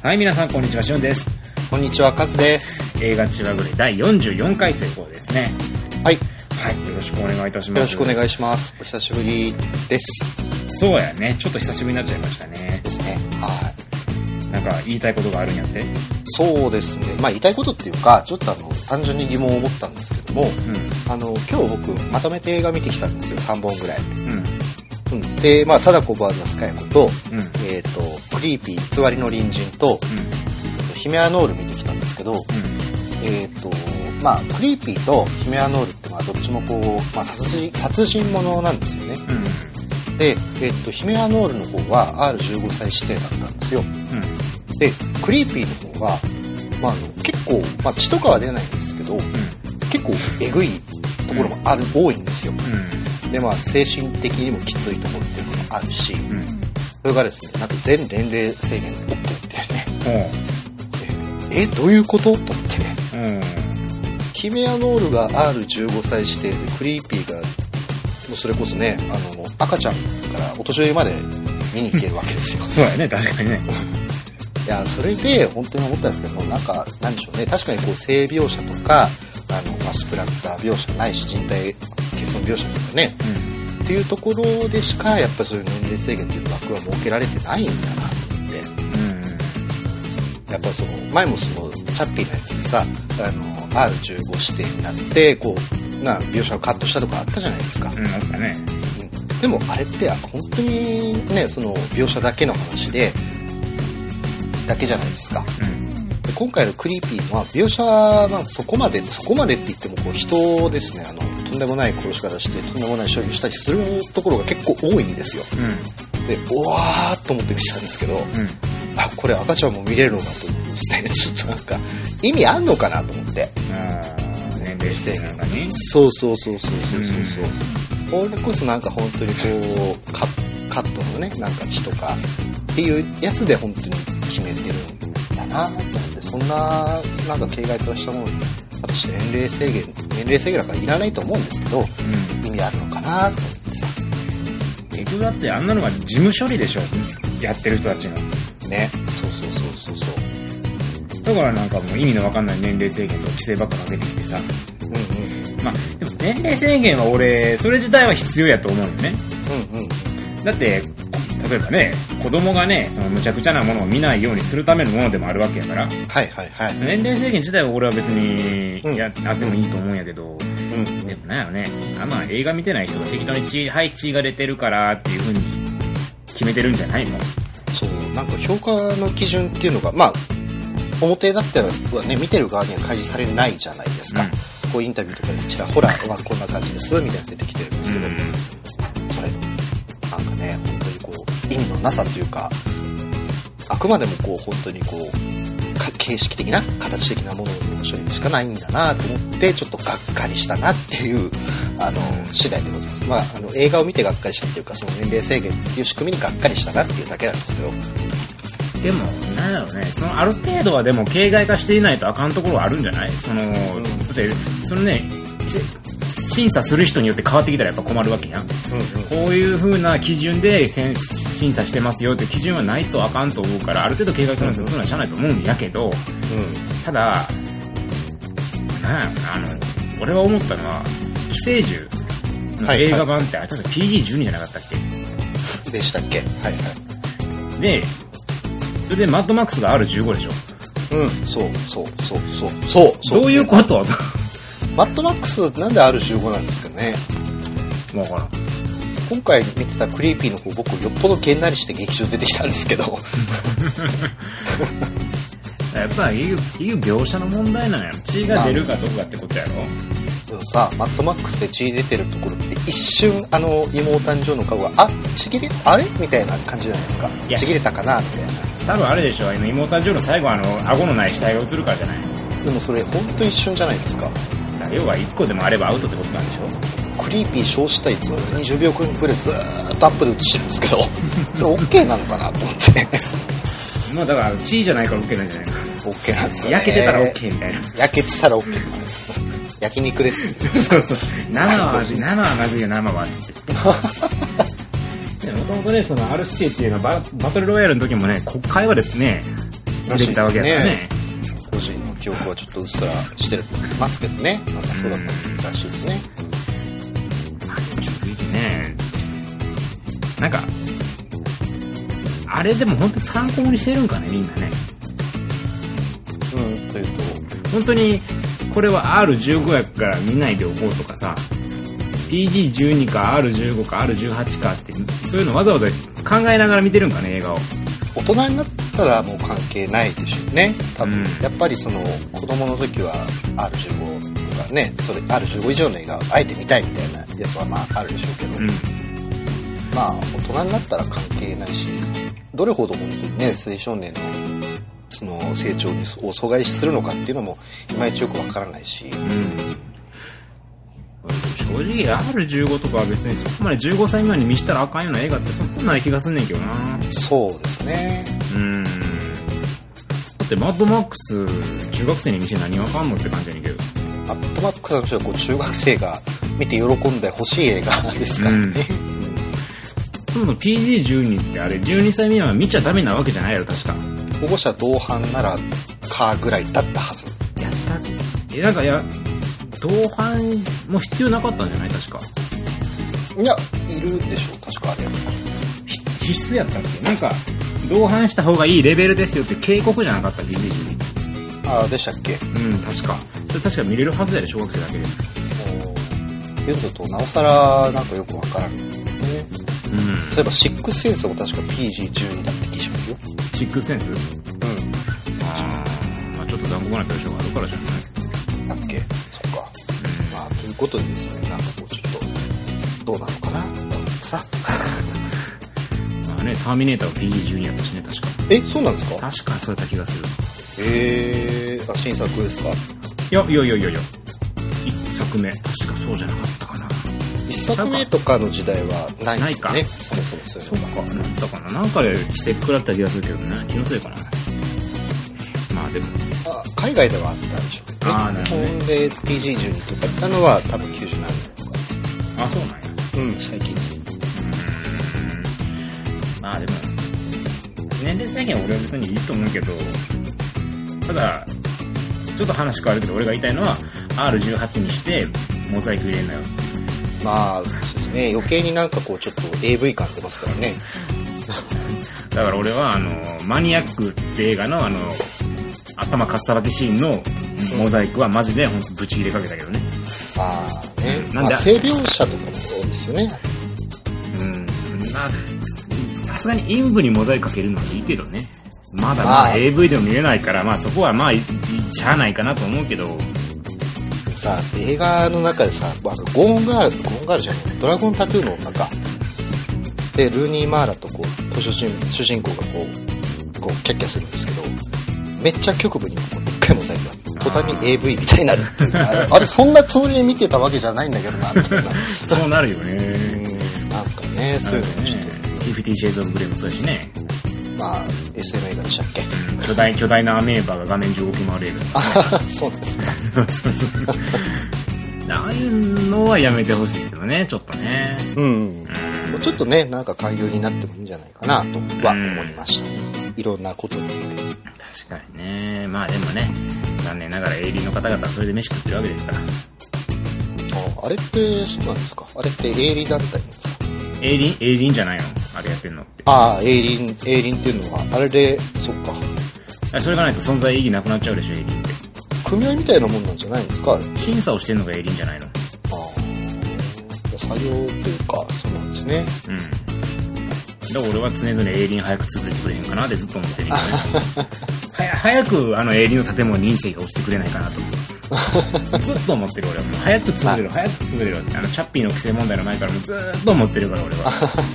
はい、皆さんこんにちは、しゅんです。 こんにちは、カズです。 映画ちわぐれ第44回ということですね。 はい。 はい、よろしくお願いいたします。 よろしくお願いします。お久しぶりです。 そうやね、ちょっと久しぶりになっちゃいましたね。 ですね。はい。 なんか言いたいことがあるんやって。 そうですね。まあ言いたいことっていうか、ちょっと単純に疑問を持ったんですけども、今日僕まとめて映画見てきたんですよ、3本ぐらい。で、まあ貞子 VS かや子と、クリーピー偽りの隣人と、ヒメアノール見てきたんですけど、まあクリーピーとヒメアノールってまあどっちもこう、まあ、殺人ものなんですよね。で、ヒメアノールの方は R15 歳指定だったんですよ。で、クリーピーの方は、まあ、結構、まあ、血とかは出ないんですけど、結構えぐいところも多いんですよ。で、まあ精神的にもきついところっていうのもあるし、それがですね、なんと全年齢制限 OK ってね。どういうことと思ってね。ヒメアノールが R15 歳指定で、クリーピーがもうそれこそね、赤ちゃんからお年寄りまで見に行けるわけですよ。 そうやね、確かにね。 いや、それで本当に思ったんですけども、なんかなんでしょうね、確かにこう性描写とかまあ、スプラッター描写ないし人体欠損描写ですかね、っていうところでしかやっぱりそういう年齢制限っていう枠は設けられてないんだなと思って、やっぱその前もそのチャッピーのやつでさR15 指定になってこう描写をカットしたとかあったじゃないですか。 あったね。 でもあれって本当にねその描写だけの話でだけじゃないですか。今回のクリーピーは描写はそこまでって言ってもこう人をですねとんでもない殺し方してとんでもない処理をしたりするところが結構多いんですよ。でおわーっと思って見てたんですけど、これ赤ちゃんも見れるのかと思ってですね、ちょっとなんか意味あんのかなと思って。 年齢制限がね。 そう。これこそなんか本当にこうカットのねなんか血とかっていうやつで本当に決めてるんだなと思って、そんななんか形骸としたものに私年齢制限なんかいらないと思うんですけど、意味あるのかなと思ってさ。 結局だってあんなのが事務処理でしょ、やってる人たちのね。そうだからなんかもう意味のわかんない年齢制限と規制ばっか出てきてさ。まあでも年齢制限は俺それ自体は必要やと思うよね。だって例えばね子供がねその無茶苦茶なものを見ないようにするためのものでもあるわけやから。年齢制限自体は俺は別にあってもいいと思うんやけど、でもなんやろね、映画見てない人が適当に血が出てるからっていう風に決めてるんじゃないの？ そうなんか評価の基準っていうのがまあ表だってはね見てる側には開示されないじゃないですか。こうインタビューとかでちらほらこんな感じですみたいな出てきてるんですけど、それなんかね本当にこう意味のなさというか、あくまでもこう本当にこう形式的な形的なものの処理しかないんだなと思ってちょっとがっかりしたなっていう次第でございます。まあ映画を見てがっかりしたっていうかその年齢制限っていう仕組みにがっかりしたなっていうだけなんですけど。 でもなんだろうね、そのある程度はでも形骸化していないとあかんところはあるんじゃない？だってそのね審査する人によって変わってきたらやっぱ困るわけやん。こういう風な基準で審査してますよって基準はないとあかんと思うから、ある程度形骸化するのはしゃあないと思うんやけど、ただ俺は思ったのは寄生獣の映画版ってあれ確か PG12 じゃなかったっけ？ でしたっけ？ でそれでマッドマックスが R15 でしょ。そうどういうこと？ マッドマックスなんで R15 なんですかね。 分からん。 今回見てたクリーピーの方僕よっぽどげんなりして劇場出てきたんですけどやっぱりいう描写の問題なんやろ。血が出るかどうかってことやろ。 でもさマッドマックスで血出てるところって一瞬妹誕生の顔がちぎれあれみたいな感じじゃないですか。ちぎれたかなみたいな。 多分あれでしょ、妹誕生の最後顎のない死体が映るからじゃない。 でもそれ本当一瞬じゃないですか。 要は1個でもあればアウトってことなんでしょ。 クリーピー消死体ず20秒くらいずーっとアップで映してるんですけどそれ OK なのかなと思ってまあだから血じゃないから OK なんじゃないか。 OK なんですかね。 焼けてたら OK みたいな。 焼けてたら OK 焼肉ですそう生はまずいよ生はもともとねその R 指定っていうのはバトルロイヤルの時もね国会話でね出てきたわけだからね。 個人の記憶はちょっとうっすらしてますけどね。なんかそうだったらしいですね。 正直ね、なんかあれでも本当に参考にしてるんかね、みんなね。 というと本当にこれは R15 やから見ないでおこうとかさ、 PG12 か R15 か R18 かってそういうのわざわざ考えながら見てるんかね、映画を。 大人になったらもう関係ないでしょうね多分、やっぱりその子供の時は R15 とかね、それ R15 以上の映画をあえて見たいみたいなやつはまああるでしょうけど、まあ大人になったら関係ないし、どれほど本当にね青少年のその成長を阻害するのかっていうのもいまいちよくわからないし、 正直 R15 とかは別にそこまで15歳未満に見したらあかんような映画ってそんなない気がすんねんけどな。 そうですね。 だってマッドマックス中学生に見して何わかんのって感じやねんけど、 マッドマックスの人はこう中学生が見て喜んでほしい映画ですからね。 そもそも PG12 ってあれ12歳未満は見ちゃダメなわけじゃないやろ確か。 保護者同伴ならかぐらいだったはず。 やったなんか同伴も必要なかったんじゃない確か。 いやいるでしょ確かあれ必須やったっけ。なんか同伴した方がいいレベルですよって警告じゃなかった PG12。 ああでしたっけ。 確かそれ確か見れるはずやで小学生だけで。 読んだとなおさらなんかよくわからないですね。例えばシックスセンスも確か PG12 だって気しますよ。 シックスセンス？まあちょっと残酷な対象があるからじゃないだっけ。そっか。まあということでですね、なんかこうちょっとどうなのかなと思ってさ。 まあね、ターミネーターは PG12 やったしね確か。 そうなんですか？ 確かそうやった気がする。 新作ですか？ いや一作目確かそうじゃなかったかな。 一作目とかの時代はないですね。ないか。そもそういうの。 そうか、なんだかな。なんかで季節食らった気がするけどね。気のせいかな。まあでも。 海外ではあったでしょうけどね。 なるほどね。 日本で PG12 とか行ったのは多分97年とかですよ。 そうなんや。 最近です。 まあでも、年齢制限は俺は別にいいと思うけど、ただ、ちょっと話変わるけど俺が言いたいのは R18 にしてモザイク入れんなよ。 まあそうですね、余計になんかこうちょっと AV 感出ますからね。 だから俺はマニアックって映画の頭かっさばきシーンのモザイクはマジでほんとブチ切れかけたけどね。 なんで性描写とかもそうですよね。 さすがに陰部にモザイクかけるのはいいけどね。まだAV でも見れないからそこはしゃあないかなと思うけどさ、映画の中でさ、ゴーンガールじゃない、ドラゴンタトゥーの中でルーニー・マーラとこう主人公がこうキャッキャするんですけど、めっちゃ局部にこうでっかいモザイクが途端に AV みたいになるっていうあれそんなつもりで見てたわけじゃないんだけどなみたいな。 そうなるよね。 なんかね、そういうのもちょっと 50 Shades of Grey もそうやしね。 SM 映画でしたっけ。 巨大なアメーバが画面上動き回れる。 そうですか。 そうああいうのはやめてほしいけどね、ちょっとね。 もうちょっとね、なんか寛容になってもいいんじゃないかなとは思いました。いろんなことに。 確かにね。まあでもね、残念ながら営利の方々はそれで飯食ってるわけですから。 あれってそうなんですか。あれって営利団体なんですか。 営利じゃないのあれやってんのって。 営利っていうのはあれで、そっか。 それがないと存在意義なくなっちゃうでしょ、営利って。 組合みたいなもんなんじゃないんですか。 審査をしてんのが営利じゃないの。 作業というかそうなんですね。 だから俺は常々営利早く潰れてくれへんかなってずっと思ってるけどね。早く営利の建物に隕石が落ちてくれないかなとずっと思ってる俺は。もう早く潰れろってチャッピーの規制問題の前からもずっと思ってるから俺は。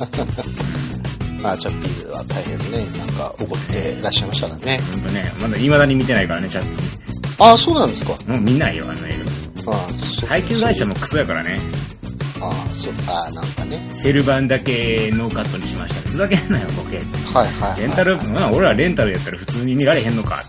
チャッピーは大変ね、なんか怒っていらっしゃいましたからね。 ほんとね、まだ未だに見てないからね、チャッピー。 そうなんですか。 もう見ないよ、映画。配給会社もクソやからね。 なんかね。 セル版だけノーカットにしました。ふざけんなよ、ボケ。レンタル、俺らレンタルやったら普通に見られへんのかって。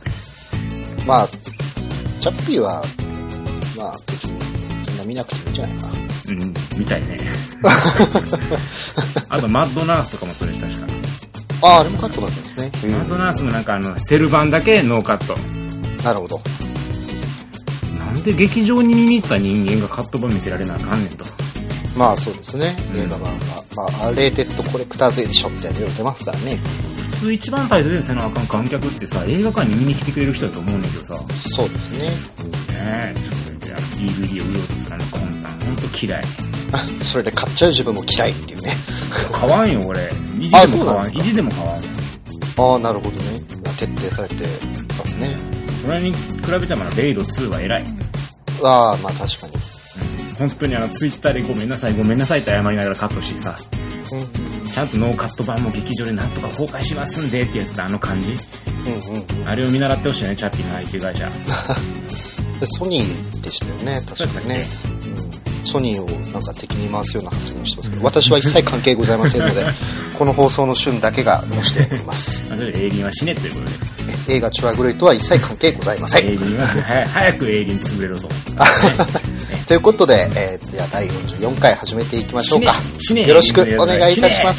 チャッピーは、別にそんな見なくてもいいんじゃないかな。 みたいね。あと、マッドナースとかもそれしたしか。 あれもカットだったんですね。 マッドナースもなんかセル版だけノーカット。 なるほど。 なんで劇場に見に行った人間がカット版見せられなあかんねんと。 まあそうですね、映画版は、まあ、レーテッドコレクターズエディションみたいなの出ますからね。 普通一番大切にせなあかん観客ってさ、映画館に見に来てくれる人だと思うんだけどさ。 そうですね。 ねえ、それでDVD を売ろうとする魂胆、ほんと嫌い。 それで買っちゃう自分も嫌いっていうね。 買わんよ俺。意地でも買わん。 あ、なるほどね。徹底されてますね。 それに比べたらレイド2は偉い。 ああ、まあ確かに。 本当にツイッターでごめんなさいって謝りながらカットしてさ、ちゃんとノーカット版も劇場でなんとか公開しますんでってやつだ、感じ、あれを見習ってほしいね、チャッピーの IT 会社ソニーでしたよね、確かにね。ソニーをなんか敵に回すような発言をしてますけど、私は一切関係ございませんのでこの放送の旬だけが申しております。 エイリンは死ねということで、映画チュアグレイとは一切関係ございません。 エイリンは早くエイリン潰れろとということで、じゃあ第44回始めていきましょうか。よろしくお願いいたします。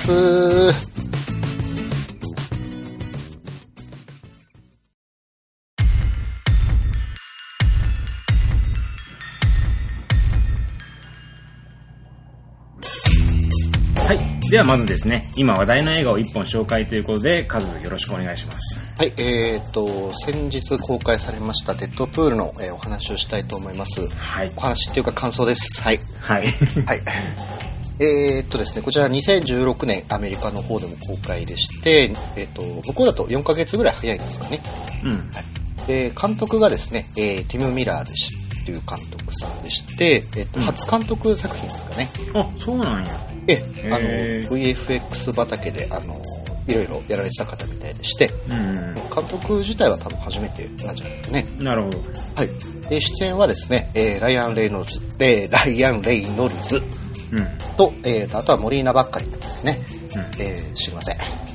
はい。ではまずですね、今話題の映画を1本紹介ということで、カズよろしくお願いします。 はい、先日公開されましたデッドプールの、お話をしたいと思います。はい。お話っていうか感想です。はい。はい。はい。ですね、こちら2016年アメリカの方でも公開でして、向こうだと4ヶ月ぐらい早いですかね。はい。で、監督がですね、ティム・ミラーでして、という監督さんでして、初監督作品ですかね。 あ、そうなんや。 VFX 畑でいろいろやられてた方みたいでして、監督自体は多分初めてなんじゃないですかね。 なるほど。 はい。出演はですね、ライアン・レイノルズ、と、あとはモリーナばっかりですね。知りません。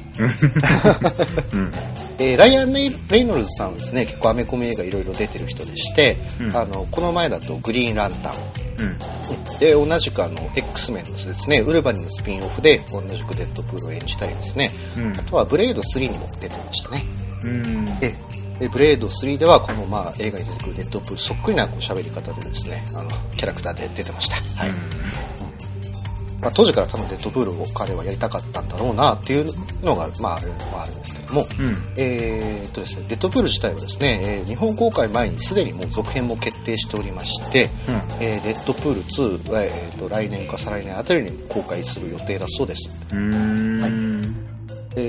ライアン・レイノルズさんはですね、結構アメコミ映画いろいろ出てる人でして、この前だとグリーンランタン、で同じくX メンのですね、ウルヴァリンのスピンオフで同じくデッドプールを演じたりですね、あとはブレード3にも出てましたね。でブレード3ではこの、映画に出てくるデッドプールそっくりな喋り方でですね、キャラクターで出てました。はい。当時から多分デッドプールを彼はやりたかったんだろうなっていうのが、あるんですけども、ですね、デッドプール自体はですね、日本公開前にすでにもう続編も決定しておりまして、デッドプール2は、来年か再来年あたりに公開する予定だそうです。はい。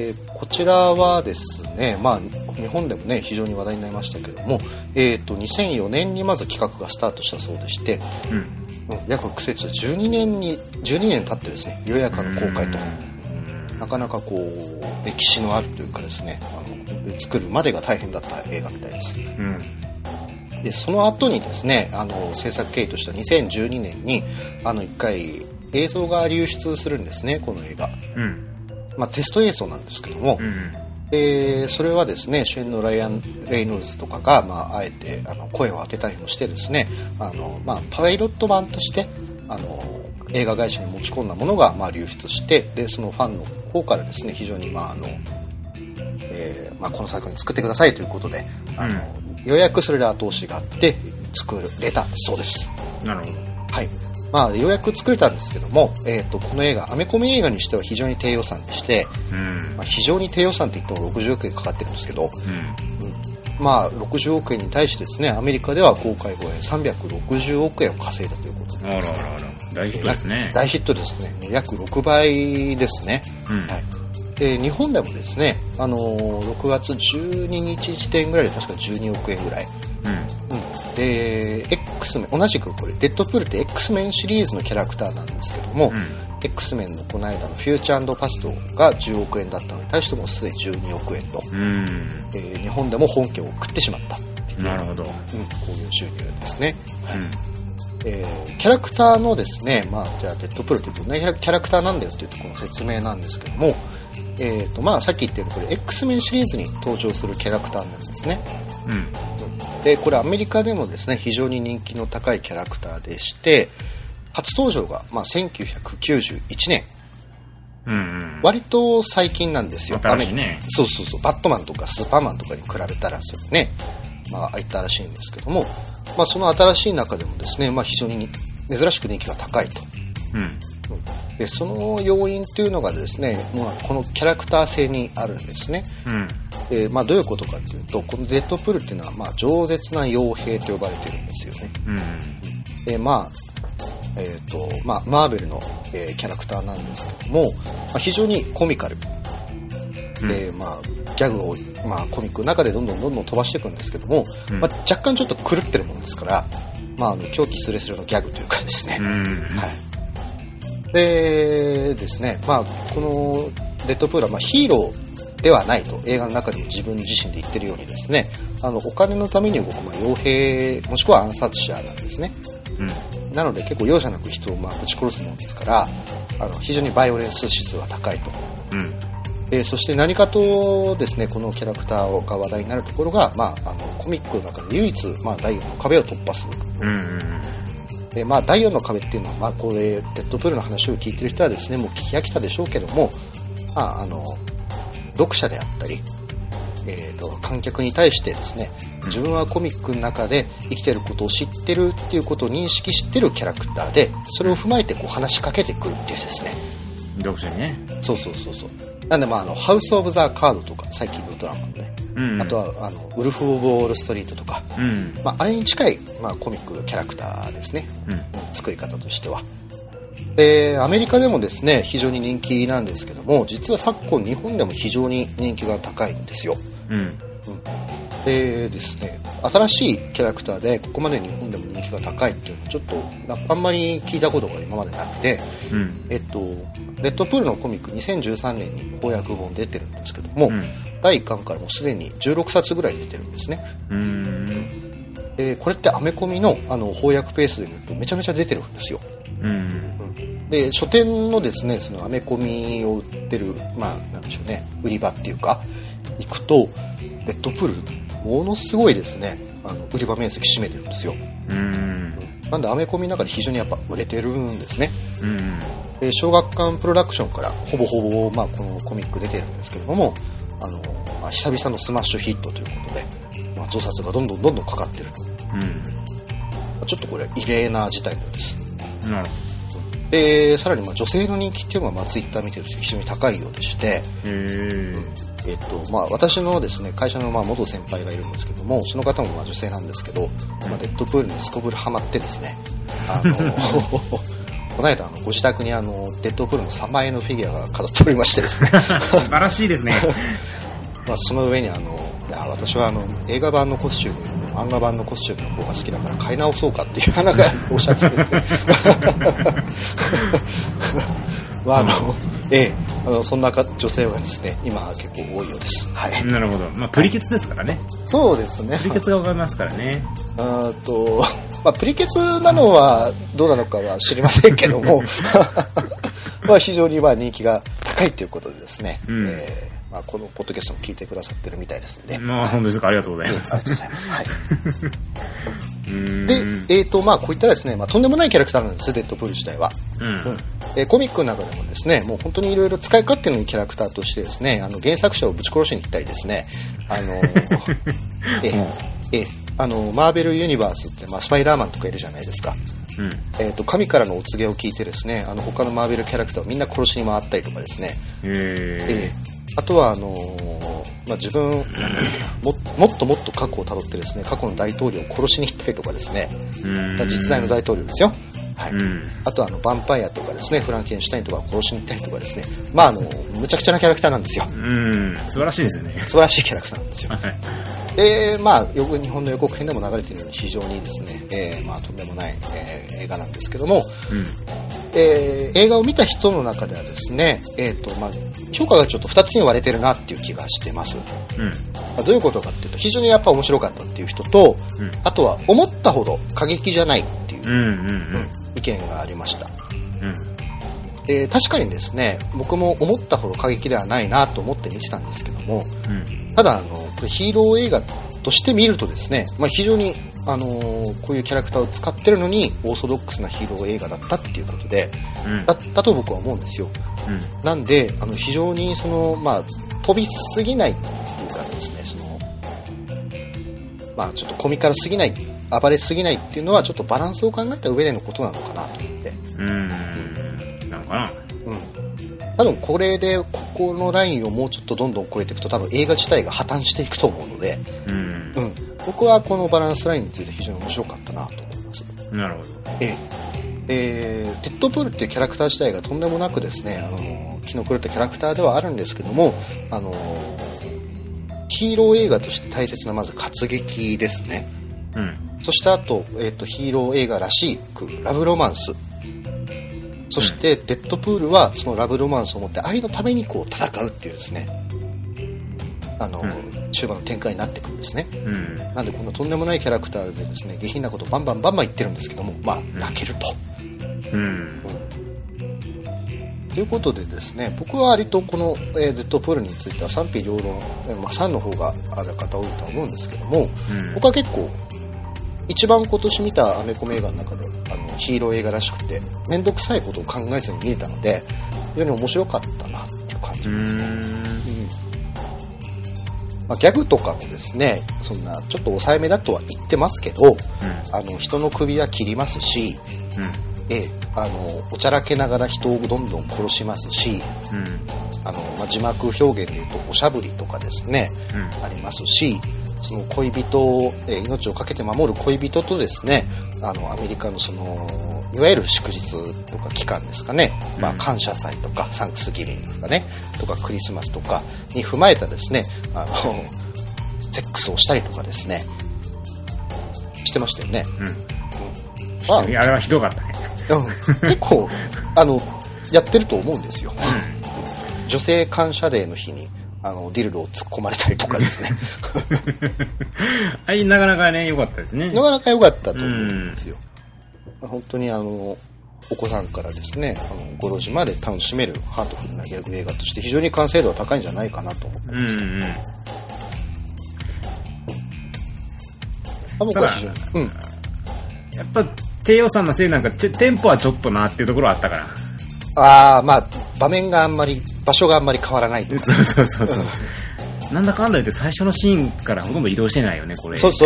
こちらはですね、日本でもね非常に話題になりましたけども、2004年にまず企画がスタートしたそうでして、約苦節12年経ってですね、ようやく公開と、なかなかこう歴史のあるというかですね、作るまでが大変だった映画みたいです。でその後にですね、制作経緯としては2012年に1回映像が流出するんですね、この映画。テスト映像なんですけども、それはですね、主演のライアン・レイノルズとかが、あえて声を当てたりもしてですね、パイロット版として映画会社に持ち込んだものが、流出して、でそのファンの方からですね、非常にこの作品作ってくださいということで、ようやくそれで後押しがあって作れたそうです。 なるほど。 はい。ようやく作れたんですけども、この映画アメコミ映画にしては非常に低予算でして、非常に低予算って言っても60億円かかってるんですけど、60億円に対してですね、アメリカでは公開後360億円を稼いだということなんですね。 大ヒットですね。 大ヒットですね。約6倍ですね。はい。日本でもですね、6月12日時点ぐらいで確か12億円ぐらい。X メン、同じくこれデッドプールって X メンシリーズのキャラクターなんですけども、X メンのこの間のフューチャー&パストが10億円だったのに対してもすでに12億円と、日本でも本家を食ってしまったっていう、 なるほど、こういう収入ですね。キャラクターのですね、じゃあデッドプールってどんなキャラクターなんだよっていうところの説明なんですけども、さっき言ったようにこれ X メンシリーズに登場するキャラクターなんですね。でこれアメリカでもですね非常に人気の高いキャラクターでして、初登場が1991年割と最近なんですよ。 新しいね。 そうそうそう。バットマンとかスーパーマンとかに比べたらそれね、新しいんですけども、その新しい中でもですね、非常に珍しく人気が高いと。でその要因っていうのがですね、このキャラクター性にあるんですね。どういうことかっていうと、このデッドプールっていうのは饒舌な傭兵と呼ばれてるんですよね。マーベルの、キャラクターなんですけども、非常にコミカルで、ギャグを、コミックの中でどんどん飛ばしていくんですけども、若干ちょっと狂ってるものですから、狂気スレスレのギャグというかですね、でですね、このデッドプールはヒーローではないと映画の中でも自分自身で言ってるようにですね、お金のために動く傭兵もしくは暗殺者なんですね。なので結構容赦なく人を撃ち殺すものですから、非常にバイオレンス指数は高いと。そして何かとですね、このキャラクターが話題になるところが、コミックの中で唯一、第4の壁を突破する。で第4の壁っていうのは、これデッドプールの話を聞いてる人はですね、もう聞き飽きたでしょうけども、読者であったり、観客に対してですね、自分はコミックの中で生きてることを知ってるっていうことを認識してるキャラクターで、それを踏まえて話しかけてくるっていうですね、 読者にね。 そうなんでハウス・オブ・ザ・カードとか最近のドラマのね、あとはウルフ・オブ・ウォール・ストリートとか、あれに近い、コミックキャラクターですね、作り方としては。でアメリカでもですね非常に人気なんですけども、実は昨今日本でも非常に人気が高いんですよ。でですね、新しいキャラクターでここまで日本でも人気が高いっていうのはちょっとあんまり聞いたことが今までなくて、レッドプールのコミック2013年に翻訳本出てるんですけども、第1巻からもうすでに16冊ぐらい出てるんですね。これってアメコミの、翻訳ペースで見るとめちゃめちゃ出てるんですよ。で書店のですね、そのアメコミを売ってるなんでしょうね、売り場っていうか行くとレッドプールものすごいですね、売り場面積占めてるんですよ。なんでアメコミの中で非常にやっぱ売れてるんですね。で小学館プロダクションからほぼほぼ、このコミック出てるんですけれども、久々のスマッシュヒットということで、増刷がどんどんかかってると、ちょっとこれ異例な事態のようです。でさらに女性の人気っていうのがツイッター見てると非常に高いようでして、私のですね会社の元先輩がいるんですけども、その方も女性なんですけど、デッドプールにすこぶるハマってですね、この間ご自宅にデッドプールの3万円のフィギュアが飾っておりましてですね素晴らしいですねその上に私は映画版のコスチューム漫画版のコスチュームの方が好きだから買い直そうかっていう話がおっしゃってですねそんな女性がですね今結構多いようです。 なるほど。プリケツですからね。 そうですね。 プリケツがわかりますからね。 プリケツなのはどうなのかは知りませんけども非常に人気が高いということでですね、このポッドキャストも聞いてくださってるみたいですんで、 本当ですか。ありがとうございます。 ありがとうございます。で、こういったですね、とんでもないキャラクターなんです、デッドプール自体は。コミックの中でもですね、もう本当にいろいろ使い勝手のいいキャラクターとしてですね、原作者をぶち殺しに行ったりですね、マーベルユニバースって、スパイダーマンとかいるじゃないですか。神からのお告げを聞いてですね、他のマーベルキャラクターをみんな殺しに回ったりとかですね、あとは自分もっと過去をたどってですね、過去の大統領を殺しに行ったりとかですね、実在の大統領ですよ。あとはヴァンパイアとかですね、フランケンシュタインとかを殺しに行ったりとかですね、むちゃくちゃなキャラクターなんですよ。 素晴らしいですよね。 素晴らしいキャラクターなんですよ。で日本の予告編でも流れているように非常にですね、とんでもない、映画なんですけども、映画を見た人の中ではですね、評価がちょっと2つに割れてるなっていう気がしてます。どういうことかっていうと、非常にやっぱ面白かったっていう人と、あとは思ったほど過激じゃないっていう意見がありました。確かにですね、僕も思ったほど過激ではないなと思って見てたんですけども、ただヒーロー映画として見るとですね、非常にこういうキャラクターを使ってるのにオーソドックスなヒーロー映画だったっていうことで、だと僕は思うんですよ。なんで非常に飛びすぎないっていうかですね、ちょっとコミカルすぎない、暴れすぎないっていうのはちょっとバランスを考えた上でのことなのかなと思って。 なのかな。 多分これでここのラインをもうちょっとどんどん超えていくと多分映画自体が破綻していくと思うので、僕はこのバランスラインについて非常に面白かったなと思います。 なるほど。 デッドプールっていうキャラクター自体がとんでもなくですね、気の狂ったキャラクターではあるんですけども、ヒーロー映画として大切なまず活劇ですね。そしてあと、ヒーロー映画らしくラブロマンス。そしてデッドプールはそのラブロマンスを持って愛のためにこう戦うっていうですね、終盤の展開になってくるんですね。なんでこんなとんでもないキャラクターでですね、下品なことをバンバン言ってるんですけども、泣けると。ということでですね、僕は割とこの、デッドプールについては賛否両論、賛の方がある方多いとは思うんですけども、僕は結構一番今年見たアメコミ映画の中でヒーロー映画らしくて面倒くさいことを考えずに見れたので非常に面白かったなっていう感じですね。ギャグとかもですね、そんなちょっと抑えめだとは言ってますけど、人の首は切りますし、おちゃらけながら人をどんどん殺しますし、字幕表現でいうとおしゃぶりとかですね、ありますし、その恋人を、命を懸けて守る恋人とですね、アメリカのそのいわゆる祝日とか期間ですかね、感謝祭とかサンクスギビングですかねとかクリスマスとかに踏まえたですね、セックスをしたりとかですねしてましたよね。 あれはひどかったね。 結構やってると思うんですよ。女性感謝デーの日にディルドを突っ込まれたりとかですね。 なかなかね良かったですね。 なかなか良かったと思うんですよ。本当にお子さんからですね、ご老人まで楽しめるハートフルなギャグ映画として非常に完成度は高いんじゃないかなと思ってます。僕は非常に、 やっぱ低予算のせいなんかテンポはちょっとなっていうところはあったから。 場面があんまり場所があんまり変わらないとか。 そうなんだかんだ言って最初のシーンからほとんど移動してないよねこれ。 そう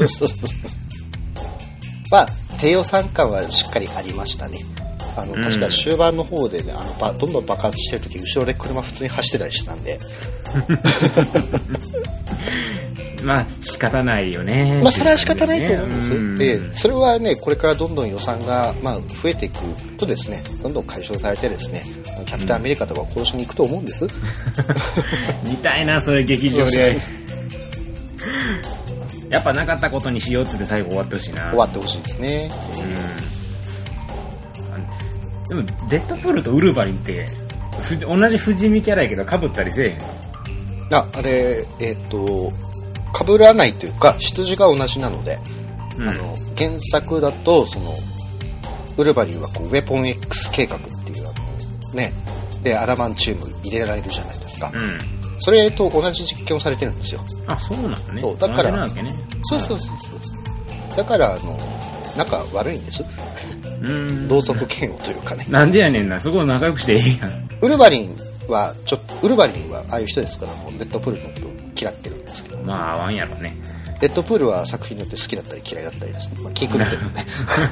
低予算感はしっかりありましたね。確か終盤の方でね、どんどん爆発してる時後ろで車普通に走ってたりしてたんで。 仕方ないよね。 それは仕方ないと思うんです。それはね、これからどんどん予算が増えていくとですね、どんどん解消されてですね、キャプテンアメリカとか殺しに行くと思うんです。 見たいな、それ劇場で。やっぱなかったことにしようっつって最後終わってほしいな。 終わってほしいですね。 でもデッドプールとウルヴァリンって同じ不死身キャラやけど被ったりせえへん。 あれ被らないというか出自が同じなので、原作だとそのウルヴァリンはこうウェポン X 計画っていうね、でアダマンチウム入れられるじゃないですか。それと同じ実験をされてるんですよ。 そうなんだね。 だから、 ね、 そう。だから仲悪いんです。同族嫌悪というかね。 なんでやねんな、そこ仲良くしてええやん。 ウルヴァリンはああいう人ですから、もうデッドプールのことを嫌ってるんですけど。 合わんやろね。 デッドプールは作品によって好きだったり嫌いだったりですね。気狂ってるね。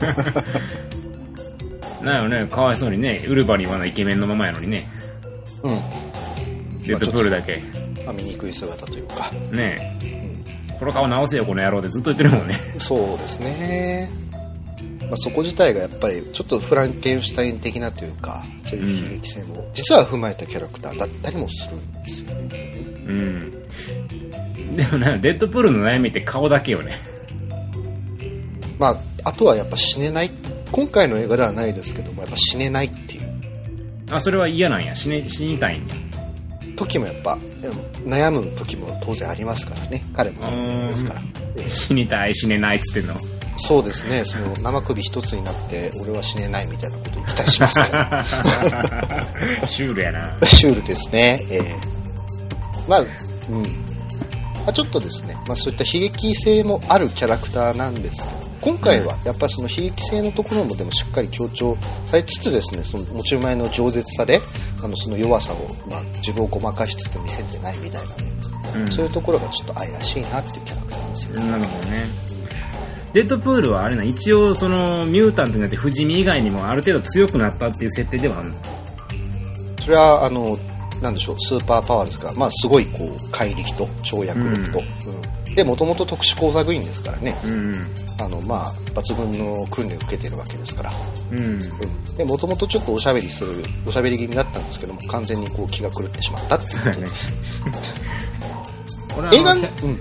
なんよね、かわいそうにね、ウルヴァリンはイケメンのままやのにね。デッドプールだけ。 醜い姿というか。 ねこの顔直せよこの野郎でずっと言ってるもんね。 そうですね。そこ自体がやっぱりちょっとフランケンシュタイン的なというか、そういう悲劇性も実は踏まえたキャラクターだったりもするんですよね。 でもデッドプールの悩みって顔だけよね。 あとはやっぱ死ねない。今回の映画ではないですけども、やっぱ死ねないっていう。 それは嫌なんや。死にたいんや。 時もやっぱ悩む時も当然ありますからね。彼もですから。 死にたい死ねないっつってんの。 そうですね。その生首一つになって俺は死ねないみたいなこと言ったりしますから。シュールやな。 シュールですね。 ちょっとですね、そういった悲劇性もあるキャラクターなんですけど、今回はやっぱりその悲劇性のところもでもしっかり強調されつつですね、その持ち前の饒舌さでその弱さを、自分をごまかしつつ見せてないみたいなね、そういうところがちょっと愛らしいなっていうキャラクターなんですよね。 なるほどね。デッドプールはあれな、一応そのミュータントになって不死身以外にもある程度強くなったっていう設定ではあるの？ それはなんでしょう、スーパーパワーですから、すごいこう怪力と跳躍力と、でもともと特殊工作員ですからね、抜群の訓練を受けてるわけですから、でもともとちょっとおしゃべり気味だったんですけども、完全にこう気が狂ってしまったっていうことです。映画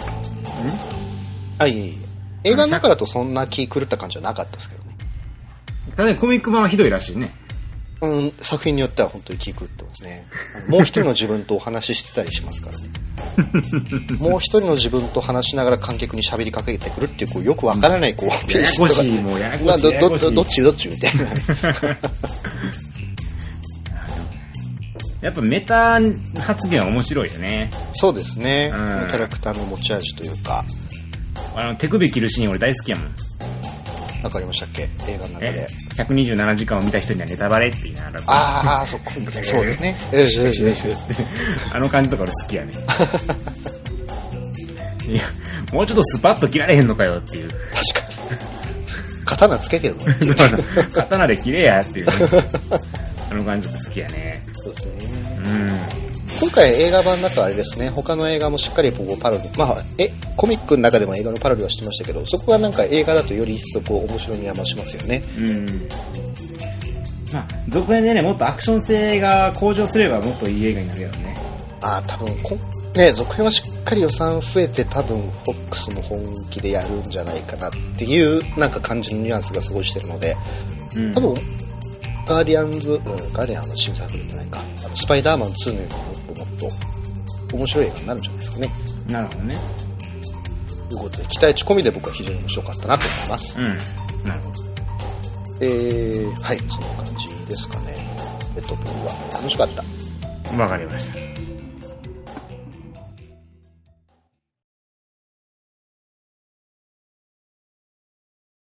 映画の中だとそんな気狂った感じはなかったですけどね。 ただコミック版はひどいらしいね。 作品によっては本当に気狂ってますね。もう一人の自分とお話ししてたりしますからね。もう一人の自分と話しながら観客に喋りかけてくるっていう、こうよくわからないこうペースとかどっちみたいな。 やっぱメタ発言は面白いよね。 そうですね。キャラクターの持ち味というか。 手首切るシーン俺大好きやもん。 わかりましたっけ、映画の中で。 127時間を見た人にはネタバレって言いながら。 そうですね。 あの感じとか俺好きやね。いや、もうちょっとスパッと切られへんのかよっていう。 確かに。刀つけてるもん。 刀で切れやっていう、ね。あの感じとか好きやね。 そうですね。今回映画版だとあれですね、他の映画もしっかりこうパロディ、コミックの中でも映画のパロディはしてましたけど、そこがなんか映画だとより一層こう面白みが増しますよね。 続編でね、もっとアクション性が向上すればもっといい映画になるやろね。 多分続編はしっかり予算増えて、多分フォックスの本気でやるんじゃないかなっていうなんか感じのニュアンスがすごいしてるので、多分ガーディアンの新作じゃないか、スパイダーマン2のようにもっと面白い映画になるんじゃないですかね。 なるほどね。 ということで期待値込みで僕は非常に面白かったなと思います。 なるほど。 はい、そんな感じですかね。レッドブルは楽しかった。 わかりました。